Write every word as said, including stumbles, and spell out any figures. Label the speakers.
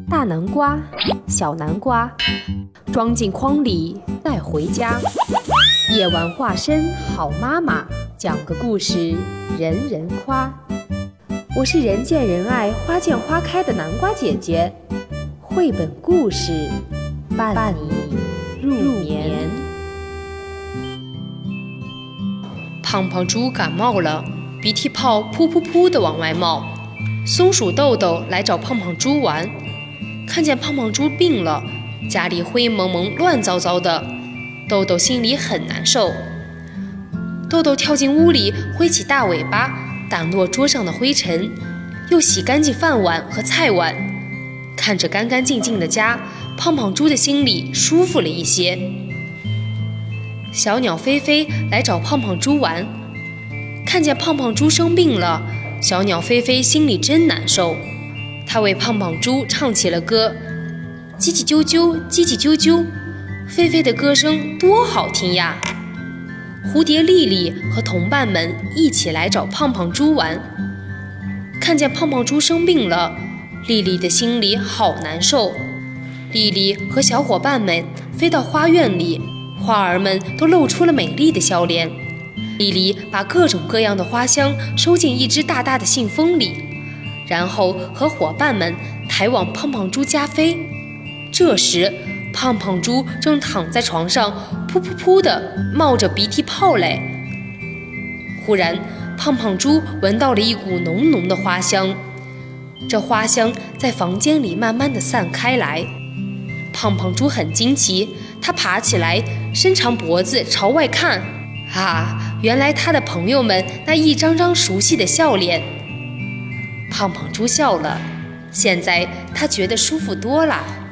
Speaker 1: 大南瓜、小南瓜，装进筐里带回家。夜晚化身好妈妈，讲个故事人人夸。我是人见人爱、花见花开的南瓜姐姐，绘本故事伴你入眠。
Speaker 2: 胖胖猪感冒了，鼻涕泡噗噗噗地往外冒。松鼠豆豆来找胖胖猪玩，看见胖胖猪病了，家里灰蒙蒙乱糟糟的，豆豆心里很难受。豆豆跳进屋里，挥起大尾巴掸落桌上的灰尘，又洗干净饭碗和菜碗。看着干干净净的家，胖胖猪的心里舒服了一些。小鸟飞飞来找胖胖猪玩，看见胖胖猪生病了，小鸟飞飞心里真难受。它为胖胖猪唱起了歌，叽叽啾啾，叽叽啾啾，飞飞的歌声多好听呀！蝴蝶丽丽和同伴们一起来找胖胖猪玩，看见胖胖猪生病了，丽丽的心里好难受。丽丽和小伙伴们飞到花园里，花儿们都露出了美丽的笑脸。丽丽把各种各样的花香收进一只大大的信封里，然后和伙伴们抬往胖胖猪家飞。这时胖胖猪正躺在床上噗噗噗地冒着鼻涕泡嘞。忽然胖胖猪闻到了一股浓浓的花香，这花香在房间里慢慢地散开来。胖胖猪很惊奇，他爬起来伸长脖子朝外看，啊，原来他的朋友们那一张张熟悉的笑脸。胖胖猪笑了，现在他觉得舒服多了。